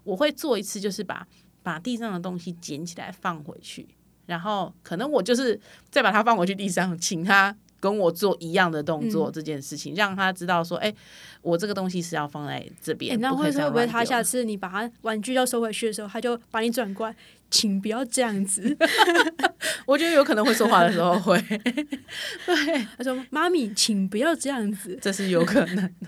我会做一次，就是把地上的东西捡起来放回去，然后可能我就是再把它放回去地上，请他跟我做一样的动作，这件事情让他知道说，我这个东西是要放在这边， 那会不会他下次你把他玩具要收回去的时候，他就把你转过来，请不要这样子？ 我觉得有可能会说话的时候会，对， 他说：“妈咪，请不要这样子。” 这是有可能的。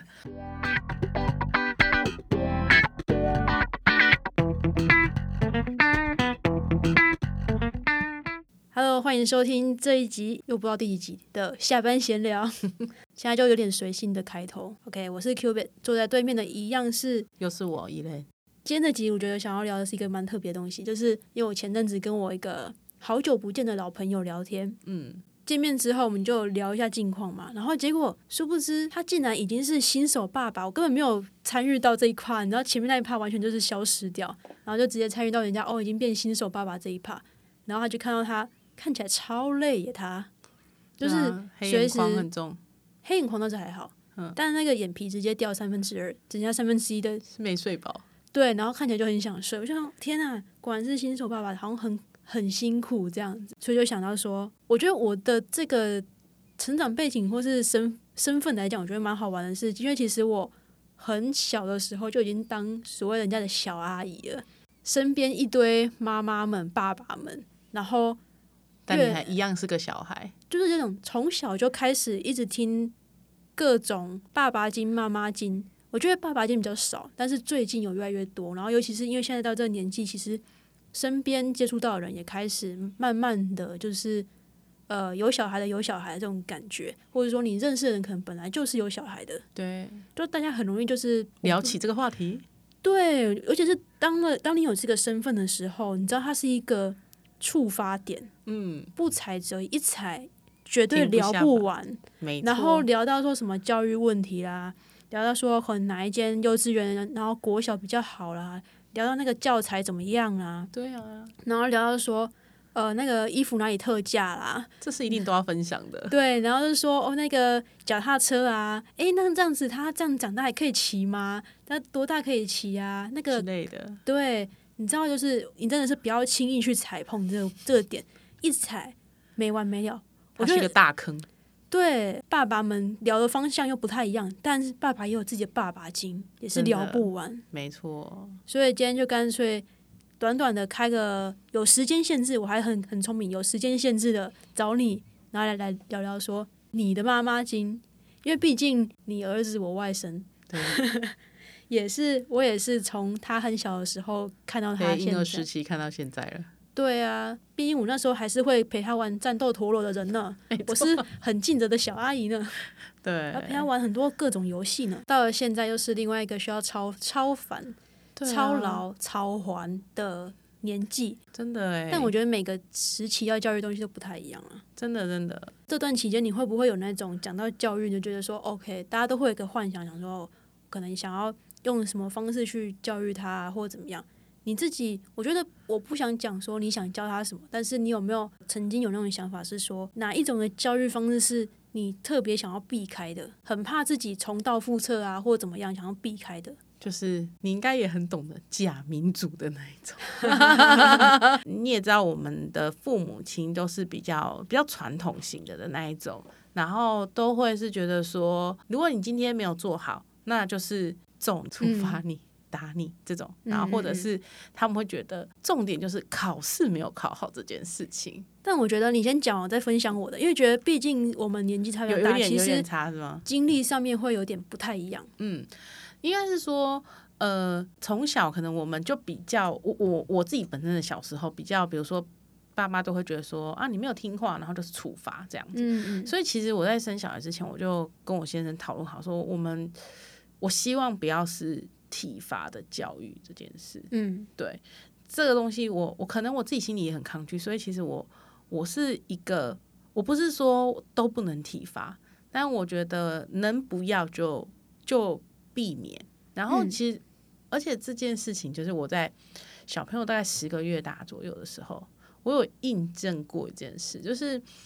Hello， 欢迎收听这一集又不知道第几集的下班闲聊。现在就有点随性的开头。OK， 我是 Cubit， 坐在对面的一样是又是我一类。 今天这集我觉得想要聊的是一个蛮特别的东西，就是因为我前阵子跟我一个好久不见的老朋友聊天，见面之后我们就聊一下近况嘛，然后结果殊不知他竟然已经是新手爸爸，我根本没有参与到这一趴，你知道前面那一趴完全就是消失掉，然后就直接参与到人家已经变新手爸爸这一趴，然后他就看到他看起来超累耶，他就是黑眼眶很重， 黑眼眶倒是还好，但是那个眼皮直接掉2/3，剩下1/3的是没睡饱。 对，然后看起来就很想睡，我就想天啊，果然是新手爸爸，好像很辛苦这样子，所以就想到说，我觉得我的这个成长背景或是身份来讲，我觉得蛮好玩的是，因为其实我很小的时候就已经当所谓人家的小阿姨了，身边一堆妈妈们、爸爸们，然后但你还一样是个小孩， 就是这种从小就开始一直听各种爸爸经、妈妈经。我觉得爸爸经比较少，但是最近有越来越多。然后尤其是因为现在到这个年纪，其实身边接触到的人也开始慢慢的就是有小孩的有小孩的这种感觉，或者说你认识的人可能本来就是有小孩的， 对， 就大家很容易就是聊起这个话题。 对，而且是当你有这个身份的时候，你知道它是一个触发点，不踩则一踩绝对聊不完，然后聊到说什么教育问题啦。聊到说可能哪一间幼稚园，然后国小比较好啦，聊到那个教材怎么样啊？ 对啊， 然后聊到说那个衣服哪里特价啦， 这是一定都要分享的。 对，然后就说那个脚踏车啊，那这样子他这样长大还可以骑吗？他多大可以骑啊？那个之类的。 对，你知道就是你真的是不要轻易去踩碰这个点，一踩没完没了。 它是一个大坑。 对，爸爸们聊的方向又不太一样，但是爸爸也有自己的爸爸经，也是聊不完。 没错， 所以今天就干脆短短的开个有时间限制，我还很聪明，有时间限制的找你，然后来聊聊说你的妈妈经，因为毕竟你儿子我外甥， 对我也是从他很小的时候看到他婴儿时期看到现在了。 对啊，毕竟我那时候还是会陪他玩战斗陀螺的人呢，我是很尽责的小阿姨呢。 对， 要陪他玩很多各种游戏呢。到了现在又是另外一个需要超烦、超劳、超还的年纪， 真的但我觉得每个时期要教育的东西都不太一样啊。 真的。 这段期间你会不会有那种讲到教育就觉得说 OK， 大家都会有一个幻想，想说可能想要用什么方式去教育他或者怎么样？你自己，我觉得我不想讲说你想教他什么，但是你有没有曾经有那种想法是说哪一种的教育方式是你特别想要避开的，很怕自己重蹈覆辙啊，或者怎么样想要避开的？ 就是你应该也很懂得假民主的那一种你也知道我们的父母亲都是比较传统型的那一种，然后都会是觉得说如果你今天没有做好，那就是重处罚你打你这种，然后或者是他们会觉得重点就是考试没有考好这件事情。 但我觉得你先讲，我再分享我的，因为觉得毕竟我们年纪差比较大， 有点差是吗？ 经历上面会有点不太一样。 应该是说从小可能我们就比较我自己本身的小时候比较，比如说爸妈都会觉得说啊你没有听话，然后就是处罚这样子。所以其实我在生小孩之前，我就跟我先生讨论好说，我希望不要是体罚的教育这件事。对，这个东西我可能我自己心里也很抗拒，所以其实我是一个，我不是说都不能体罚，但我觉得能不要就避免。然后其实而且这件事情就是我在小朋友大概10个月大左右的时候，我有印证过一件事，就是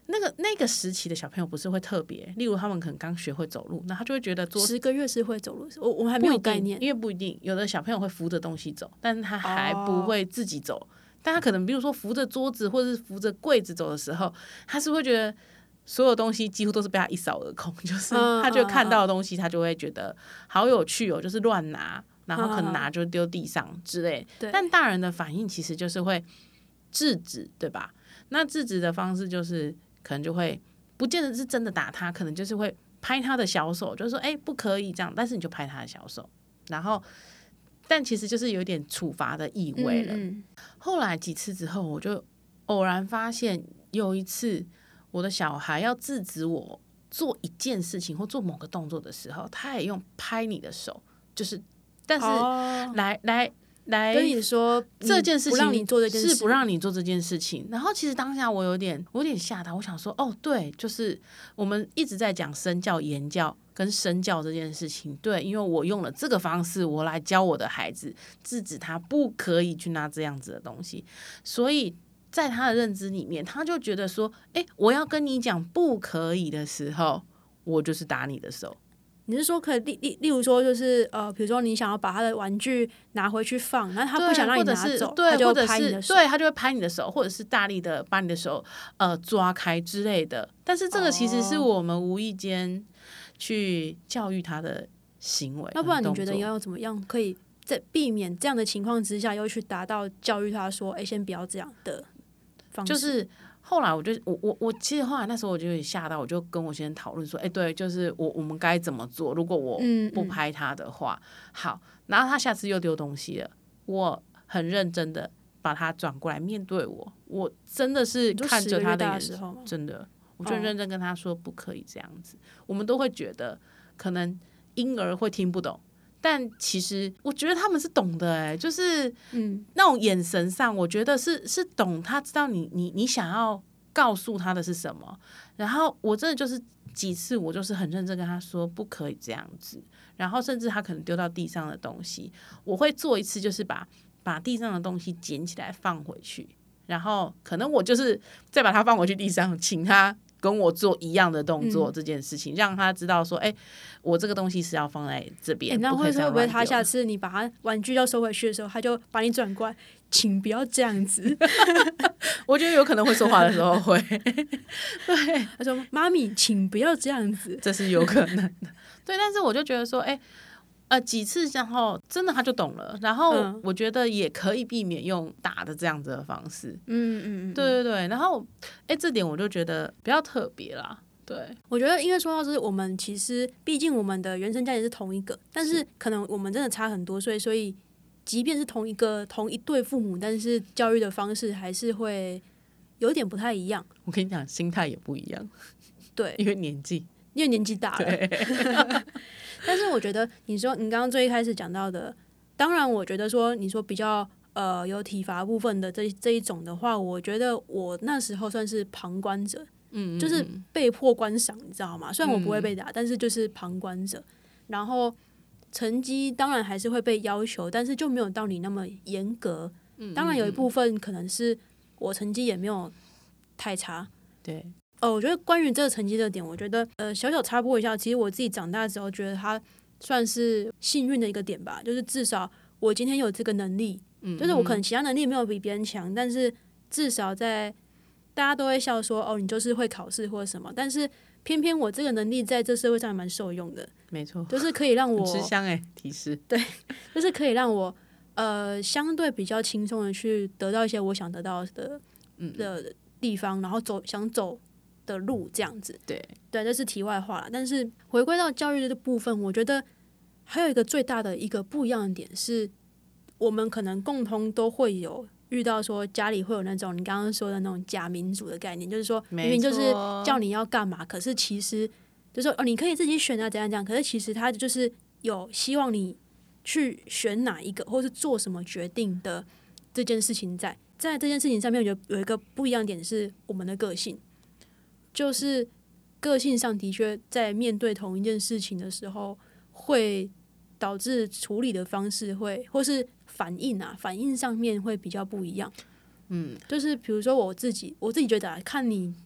那个时期的小朋友不是会特别，例如他们可能刚学会走路，那他就会觉得 10个月是会走路，我还没有概念， 因为不一定，有的小朋友会扶着东西走，但是他还不会自己走，但他可能比如说扶着桌子或者是扶着柜子走的时候，他是会觉得所有东西几乎都是被他一扫而空，就是他就看到的东西他就会觉得好有趣哦，就是乱拿，然后可能拿就丢地上之类，但大人的反应其实就是会制止，对吧？那制止的方式就是可能就会不见得是真的打他，可能就是会拍他的小手，就是说不可以这样，但是你就拍他的小手，然后但其实就是有点处罚的意味了。后来几次之后，我就偶然发现有一次我的小孩要制止我做一件事情或做某个动作的时候，他也用拍你的手，就是但是来跟你说这件事情不让你做这件事， 是不让你做这件事情。然后其实当下我有点吓到，我想说对，就是我们一直在讲身教言教跟身教这件事情，对，因为我用了这个方式我来教我的孩子，制止他不可以去拿这样子的东西，所以在他的认知里面他就觉得说我要跟你讲不可以的时候，我就是打你的手。 你是说可以例如说就是比如说你想要把他的玩具拿回去放，然后他不想让你拿走，他就会拍你的手， 对，他就会拍你的手，或者是大力的把你的手抓开之类的。但是这个其实是我们无意间去教育他的行为。 那不然你觉得要怎么样可以在避免这样的情况之下，又去达到教育他说先不要这样的方式？ 就是后来我其实后来那时候我就有点吓到，我就跟我先生讨论说对，就是我们该怎么做，如果我不拍他的话。好，然后他下次又丢东西了，我很认真的把他转过来面对我真的是看着他的眼神，真的我就认真跟他说不可以这样子。我们都会觉得可能婴儿会听不懂，但其实我觉得他们是懂的就是那种眼神上我觉得是懂，他知道你想要告诉他的是什么。然后我真的就是几次我就是很认真跟他说不可以这样子，然后甚至他可能丢到地上的东西，我会做一次就是把地上的东西捡起来放回去，然后可能我就是再把它放回去地上，请他跟我做一样的动作，这件事情让他知道说我这个东西是要放在这边， 那会不会他下次你把他玩具要收回去的时候，他就把你转过来，请不要这样子我觉得有可能会说话的时候会对， 他说妈咪请不要这样子， 这是有可能的对，但是我就觉得说几次然后真的他就懂了，然后我觉得也可以避免用打的这样子的方式。对对对，然后这点我就觉得比较特别啦。对， 我觉得因为说到是我们其实毕竟我们的原生家庭是同一个，但是可能我们真的差很多，所以即便是同一对父母，但是教育的方式还是会有点不太一样。 我跟你讲，心态也不一样。 对， 因为年纪大了但是我觉得你刚刚最一开始讲到的，当然我觉得说你说比较有体罚部分的这一种的话，我觉得我那时候算是旁观者，就是被迫观赏，你知道吗？虽然我不会被打，但是就是旁观者。然后成绩当然还是会被要求，但是就没有到你那么严格。当然有一部分可能是我成绩也没有太差。 对。 我觉得关于这个成绩的点，我觉得小小插播一下，其实我自己长大之后觉得它算是幸运的一个点吧，就是至少我今天有这个能力，就是我可能其他能力没有比别人强，但是至少在大家都会笑说你就是会考试或者什么，但是偏偏我这个能力在这社会上还蛮受用的。 没错， 就是可以让我吃香提示， 对，就是可以让我相对比较轻松的去得到一些我想得到的地方，然后想走的路这样子。对，这是题外话啦。但是回归到教育的部分，我觉得还有一个最大的一个不一样的点是，我们可能共同都会有遇到说家里会有那种你刚刚说的那种假民主的概念，就是说明明就是叫你要干嘛，可是其实就是说你可以自己选啊怎样怎样，可是其实他就是有希望你去选哪一个或是做什么决定的这件事情在这件事情上面，我觉得有一个不一样的点是我们的个性，就是个性上的确在面对同一件事情的时候，会导致处理的方式或是反应上面会比较不一样。就是比如说我自己觉得看你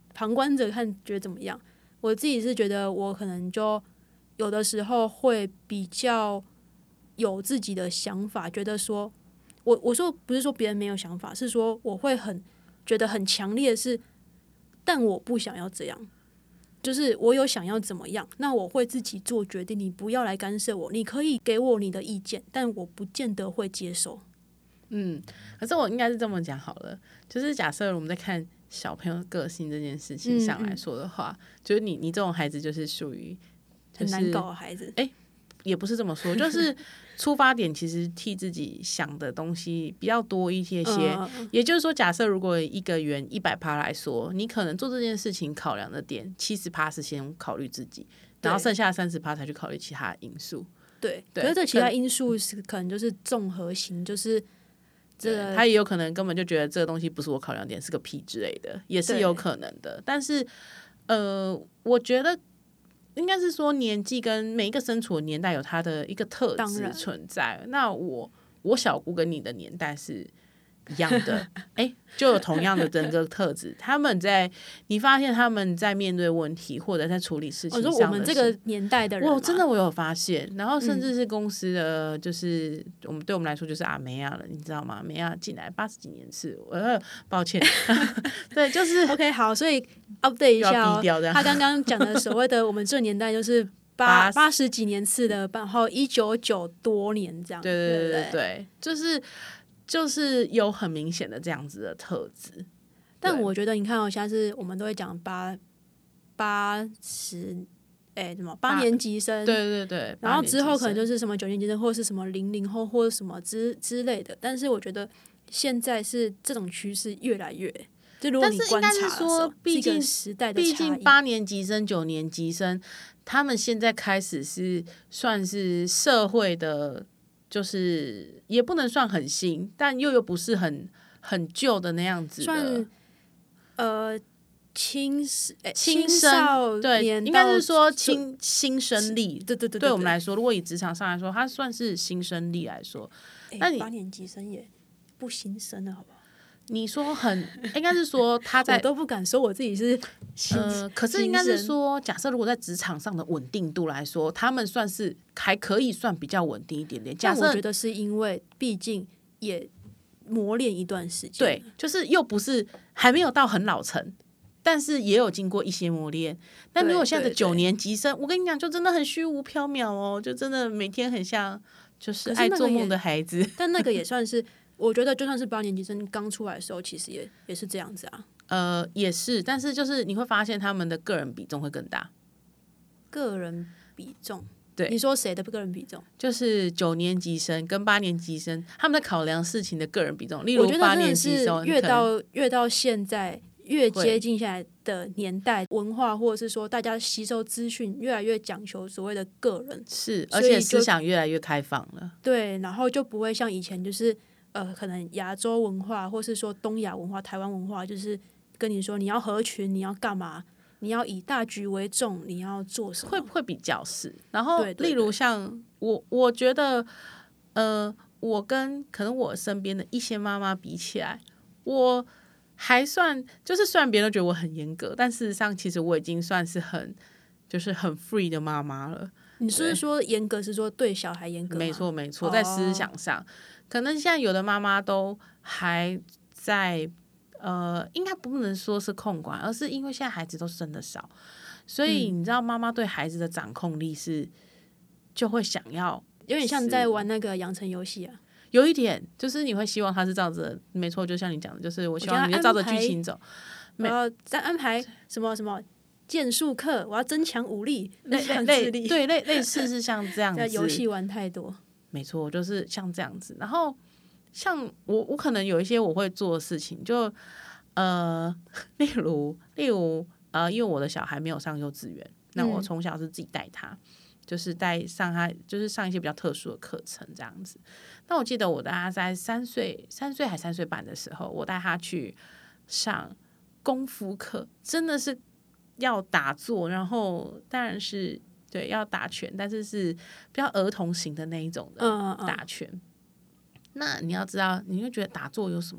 旁观者看觉得怎么样？我自己是觉得我可能就有的时候会比较有自己的想法，觉得说我说不是说别人没有想法，是说我会觉得很强烈的是，但我不想要这样。就是我有想要怎么样，那我会自己做决定，你不要来干涉我。你可以给我你的意见，但我不见得会接受。 可是我应该是这么讲好了，就是假设我们在看小朋友个性这件事情上来说的话，就是你这种孩子就是属于、 很难搞的孩子。 也不是这么说，就是出发点其实替自己想的东西比较多一些。也就是说，假设如果一个圆100%来说，你可能做这件事情考量的点70%是先考虑自己，然后剩下30%才去考虑其他因素。 对，可是这其他因素是可能就是综合型，就是他也有可能根本就觉得这个东西不是我考量点，是个屁之类的，也是有可能的。但是我觉得应该是说年纪跟每一个身处的年代有它的一个特质存在。那我小姑跟你的年代是一样的，就有同样的整个特质。你发现他们在面对问题或者在处理事情上的时候， 我们这个年代的人， 我有发现。然后甚至是公司的，就是对我们来说就是阿梅亚了，你知道吗？阿梅亚进来80几年次，抱歉，对，就是 OK 好，所以 update 一下他刚刚讲的所谓的我们这个年代就是80几年次的，然后199多年这样， 对，就是有很明显的这样子的特质。 但我觉得你看现在是我们都会讲8年级生， 对， 然后之后可能就是什么9年级生，或是什么00后，或者什么之类的。但是我觉得现在是这种趋势越来越，就如果你观察的时候，毕竟时代的差异， 毕竟8年级生、9年级生，他们现在开始是算是社会的，就是也不能算很新，但又不是很旧的那样子的， 算青少年，应该是说新生力。 对我们来说，如果以职场上来说，它算是新生力来说。那你 8年级生也不新生了，好不好？ 你说应该是说他在我都不敢说我自己是可是应该是说，假设如果在职场上的稳定度来说，他们算是还可以算比较稳定一点点。 但我觉得是因为毕竟也磨练一段时间， 对，就是又不是还没有到很老成，但是也有经过一些磨练。但如果现在的9年级生，我跟你讲，就真的很虚无缥缈哦，就真的每天很像就是爱做梦的孩子。 但那个也算是，我觉得就算是8年级生刚出来的时候，其实也是这样子啊。 也是，但是就是你会发现他们的个人比重会更大。 个人比重， 对， 你说谁的个人比重？ 就是9年级生跟8年级生，他们在考量事情的个人比重。例如8年级生， 越到现在越接近下来的年代文化，或者是说大家吸收资讯越来越讲求所谓的个人， 是，而且思想越来越开放了。 对，然后就不会像以前就是可能亚洲文化，或是说东亚文化、台湾文化，就是跟你说你要合群，你要干嘛，你要以大局为重，你要做什么， 会比较是。然后例如像我觉得我跟可能我身边的一些妈妈比起来，我还算就是虽然别人都觉得我很严格，但事实上其实我已经算是很 free 的妈妈了。 你是说严格是说对小孩严格吗？ 没错，在思想上，可能现在有的妈妈都还在应该不能说是控管，而是因为现在孩子都生的少，所以你知道妈妈对孩子的掌控力就会想要有点像在玩那个养成游戏啊。 有一点就是你会希望他是照着，没错，就像你讲的，就是我希望你就照着剧情走， 我要再安排什么什么剑术课，我要增强武力、智力， 对，类似是像这样子。 游戏玩太多， 没错，就是像这样子。然后像我可能有一些我会做的事情，就例如因为我的小孩没有上幼稚园，那我从小是自己带他。就是上他，就是上一些比较特殊的课程这样子。那我记得我带他在3岁还3岁半的时候，我带他去上功夫课，真的是要打坐，然后当然是对要打拳，但是是比较儿童型的那一种的打拳。那你要知道，你会觉得打坐有什么？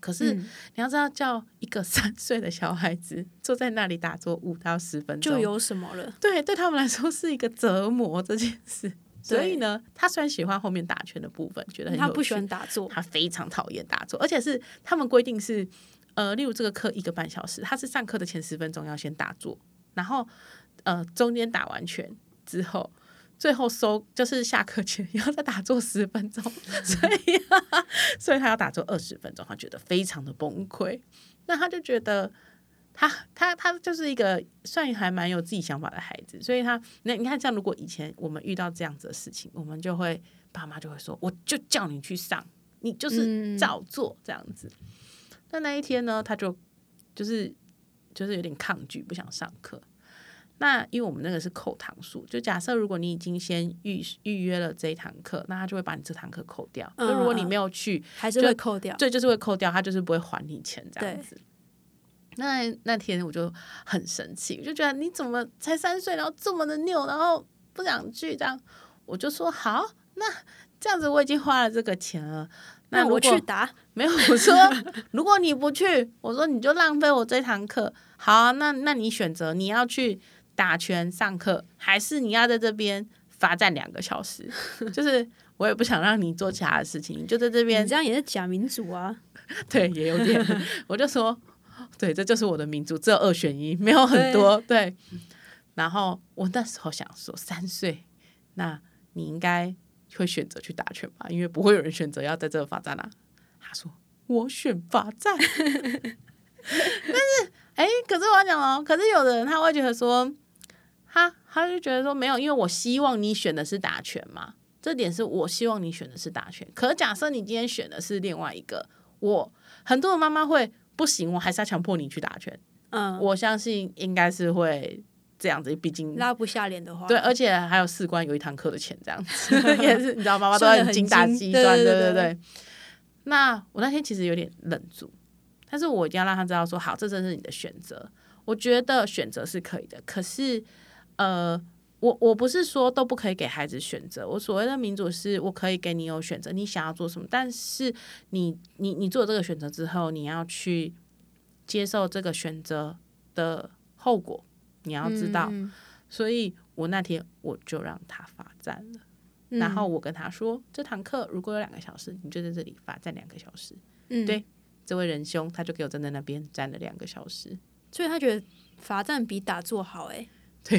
可是你要知道，叫一个3岁的小孩子坐在那里打坐5到10分钟， 就有什么了？ 对他们来说是一个折磨这件事。所以呢，他虽然喜欢后面打拳的部分，觉得很有趣， 他不喜欢打坐， 他非常讨厌打坐，而且是他们规定是，例如这个课1个半小时，他是上课的前10分钟要先打坐，然后中间打完拳之后，最后就是下课前要再打坐10分钟，所以他要打坐20分钟，他觉得非常的崩溃。那他就觉得。他就是一个算还蛮有自己想法的孩子，所以你看，像如果以前我们遇到这样子的事情，我们就会爸妈就会说，我就叫你去上，你就是照做这样子。那一天呢，他就是有点抗拒，不想上课。那因为我们那个是扣堂数，就假设如果你已经先预约了这一堂课，那他就会把你这堂课扣掉。就如果你没有去， 还是会扣掉， 对，就是会扣掉，他就是不会还你钱这样子。那天我就很生气，我就觉得你怎么才3岁，然后这么的拗，然后不想去这样。我就说好，那这样子我已经花了这个钱了， 那我去打。 没有，我说如果你不去，我说你就浪费我这堂课。好啊，那你选择你要去打拳上课，还是你要在这边罚站2个小时？就是我也不想让你做其他的事情，你就在这边。 你这样也是假民主啊。 对，也有点。我就说。对，这就是我的民主，只有2选1，没有很多。对，然后我那时候想说，3岁，那你应该会选择去打拳吧？因为不会有人选择要在这个罚站啊。他说我选罚站，但是可是我要讲哦，可是有的人他会觉得说，他就觉得说没有，因为我希望你选的是打拳嘛，这点是我希望你选的是打拳。可是假设你今天选的是另外一个，很多的妈妈会。不行，我还是要强迫你去打拳。我相信应该是会这样子，毕竟拉不下脸的话， 对，而且还有事关有1堂课的钱，这样子也是，你知道妈妈都很精打细算，对。那我那天其实有点愣住，但是我一定要让他知道说，好，这真是你的选择。我觉得选择是可以的，可是我不是说都不可以给孩子选择，我所谓的民主是我可以给你有选择，你想要做什么，但是你做这个选择之后，你要去接受这个选择的后果，你要知道。所以我那天我就让他罚站了，然后我跟他说，这堂课如果有2个小时，你就在这里罚站2个小时。对，这位仁兄他就给我站在那边站了2个小时， 所以他觉得罚站比打坐好。 对，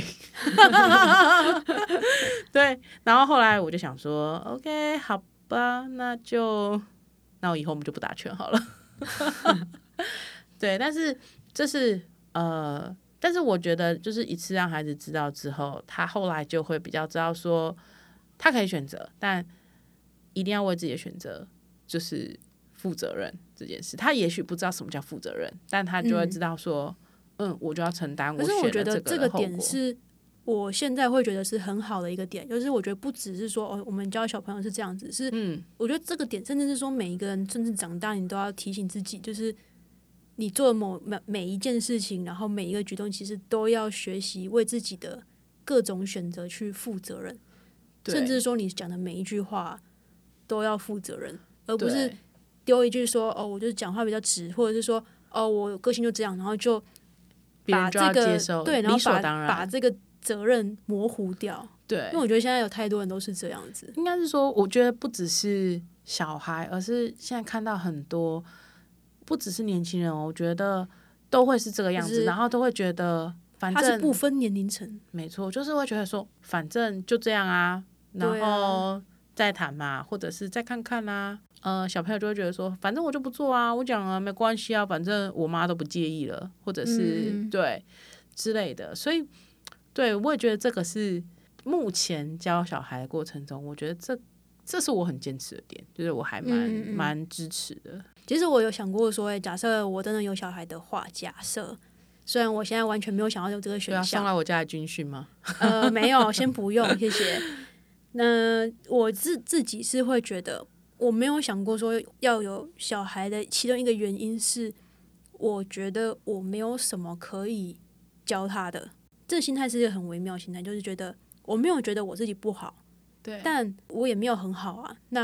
对，然后后来我就想说 ，OK， 好吧，那我以后我们就不打拳好了。对，但是这是但是我觉得就是一次让孩子知道之后，他后来就会比较知道说，他可以选择，但一定要为自己的选择就是负责任这件事。他也许不知道什么叫负责任，但他就会知道说。我就要承担。 可是我觉得这个点是我现在会觉得是很好的一个点，就是我觉得不只是说我们教小朋友是这样子，是我觉得这个点甚至是说每一个人甚至长大，你都要提醒自己，就是你做每一件事情，然后每一个举动，其实都要学习为自己的各种选择去负责任，甚至说你讲的每一句话都要负责任，而不是丢一句说我就是讲话比较直，或者是说我个性就这样，然后就。把这个对，然后把这个责任模糊掉。对，因为我觉得现在有太多人都是这样子。 应该是说，我觉得不只是小孩，而是现在看到很多，不只是年轻人我觉得都会是这个样子，然后都会觉得反正他是不分年龄层， 没错，就是会觉得说反正就这样啊，然后再谈嘛，或者是再看看啊。小朋友就会觉得说，反正我就不做啊，我讲了没关系啊，反正我妈都不介意了，或者是对之类的。所以，对我也觉得这个是目前教小孩的过程中，我觉得这是我很坚持的点，就是我还蛮支持的。 其实我有想过说，假设我真的有小孩的话，假设虽然我现在完全没有想要有这个选项， 送来我家的军训吗？ 没有，先不用，谢谢。那我自己是会觉得。我没有想过说要有小孩的其中一个原因是，我觉得我没有什么可以教他的。这个心态是一个很微妙的心态，就是觉得我没有觉得我自己不好， 对， 但我也没有很好啊。那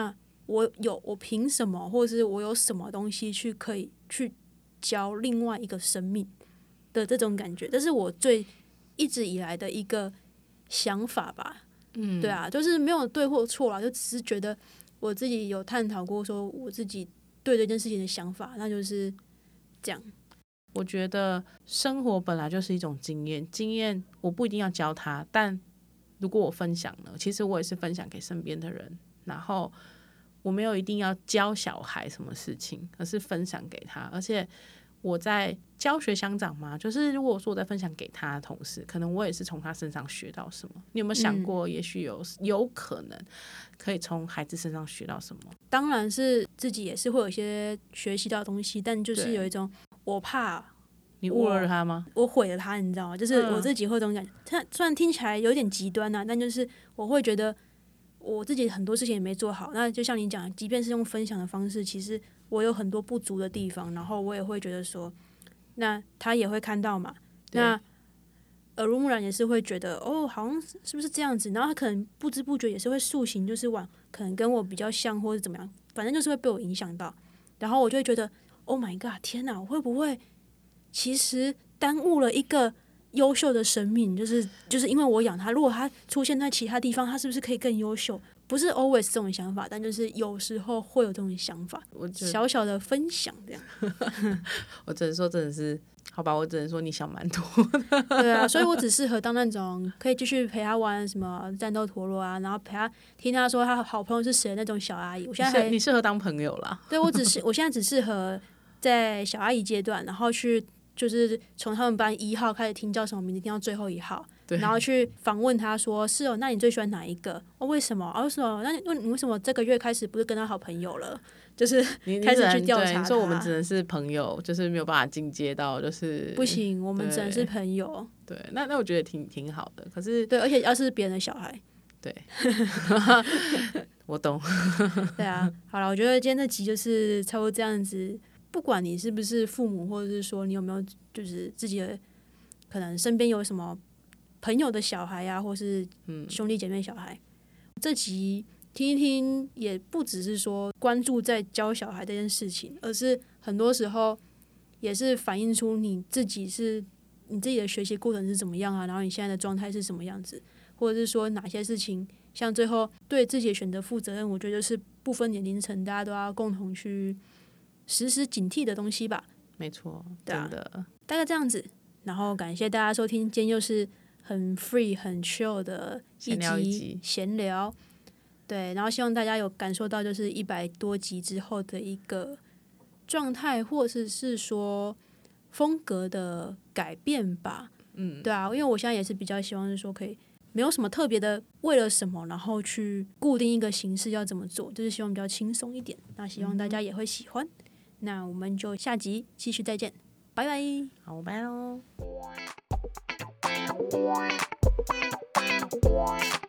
我凭什么，或者是我有什么东西可以去教另外一个生命的这种感觉，这是我一直以来的一个想法吧。对啊，就是没有对或错啦，就只是觉得我自己有探讨过，说我自己对这件事情的想法，那就是这样。 我觉得生活本来就是一种经验我不一定要教他，但如果我分享了，其实我也是分享给身边的人，然后我没有一定要教小孩什么事情，而是分享给他。而且我在教学相长嘛，就是如果说我在分享给他的同时，可能我也是从他身上学到什么。你有没有想过，也许有可能可以从孩子身上学到什么？ 当然是自己也是会有一些学习到的东西，但就是有一种我怕你误了他吗？ 我毁了他，你知道吗？就是我自己会有这种感觉。它虽然听起来有点极端啊，但就是我会觉得我自己很多事情也没做好。那就像你讲，即便是用分享的方式，其实我有很多不足的地方，然后我也会觉得说，那他也会看到嘛。那耳濡目染也是会觉得哦，好像是不是这样子？然后他可能不知不觉也是会塑形，就是往可能跟我比较像，或者怎么样，反正就是会被我影响到。然后我就会觉得 ，Oh my god， 天哪，我会不会其实耽误了一个优秀的生命？就是因为我养他，如果他出现在其他地方，他是不是可以更优秀？不是 always 这种想法，但就是有时候会有这种想法。小小的分享这样。 我只能说真的是。好吧，我只能说你想蛮多的。对啊，所以我只适合当那种可以继续陪他玩什么战斗陀螺啊，然后陪他听他说他好朋友是谁的那种小阿姨。我现在你适合当朋友啦。 对，我现在只适合在小阿姨阶段，然后去就是从他们班1号开始听叫什么名字，听到最后1号，然后去访问他说是哦，那你最喜欢哪一个？哦，为什么？哦，为什么？那你为什么这个月开始不是跟他好朋友了？就是开始去调查他。 你说我们只能是朋友，就是没有办法进阶到，就是不行，我们只能是朋友。 对，那我觉得挺好的。可是对，而且要是别人的小孩， 对，我懂。 对啊，好了，我觉得今天这集就是差不多这样子。不管你是不是父母，或者是说你有没有就是自己的可能身边有什么朋友的小孩啊，或是兄弟姐妹小孩，这集听一听也不只是说关注在教小孩这件事情，而是很多时候也是反映出你自己的学习过程是怎么样啊，然后你现在的状态是什么样子，或者是说哪些事情像最后对自己的选择负责任，我觉得是不分年龄层大家都要共同去时时警惕的东西吧。 没错，真的大概这样子。然后感谢大家收听，今天又是很 free 很 chill 的一集闲聊。对，然后希望大家有感受到就是100多集之后的一个状态，或者是说风格的改变吧。对啊，因为我现在也是比较希望是说可以没有什么特别的为了什么，然后去固定一个形式要怎么做，就是希望比较轻松一点。那希望大家也会喜欢。那我们就下集继续再见，拜拜。 好，拜喽。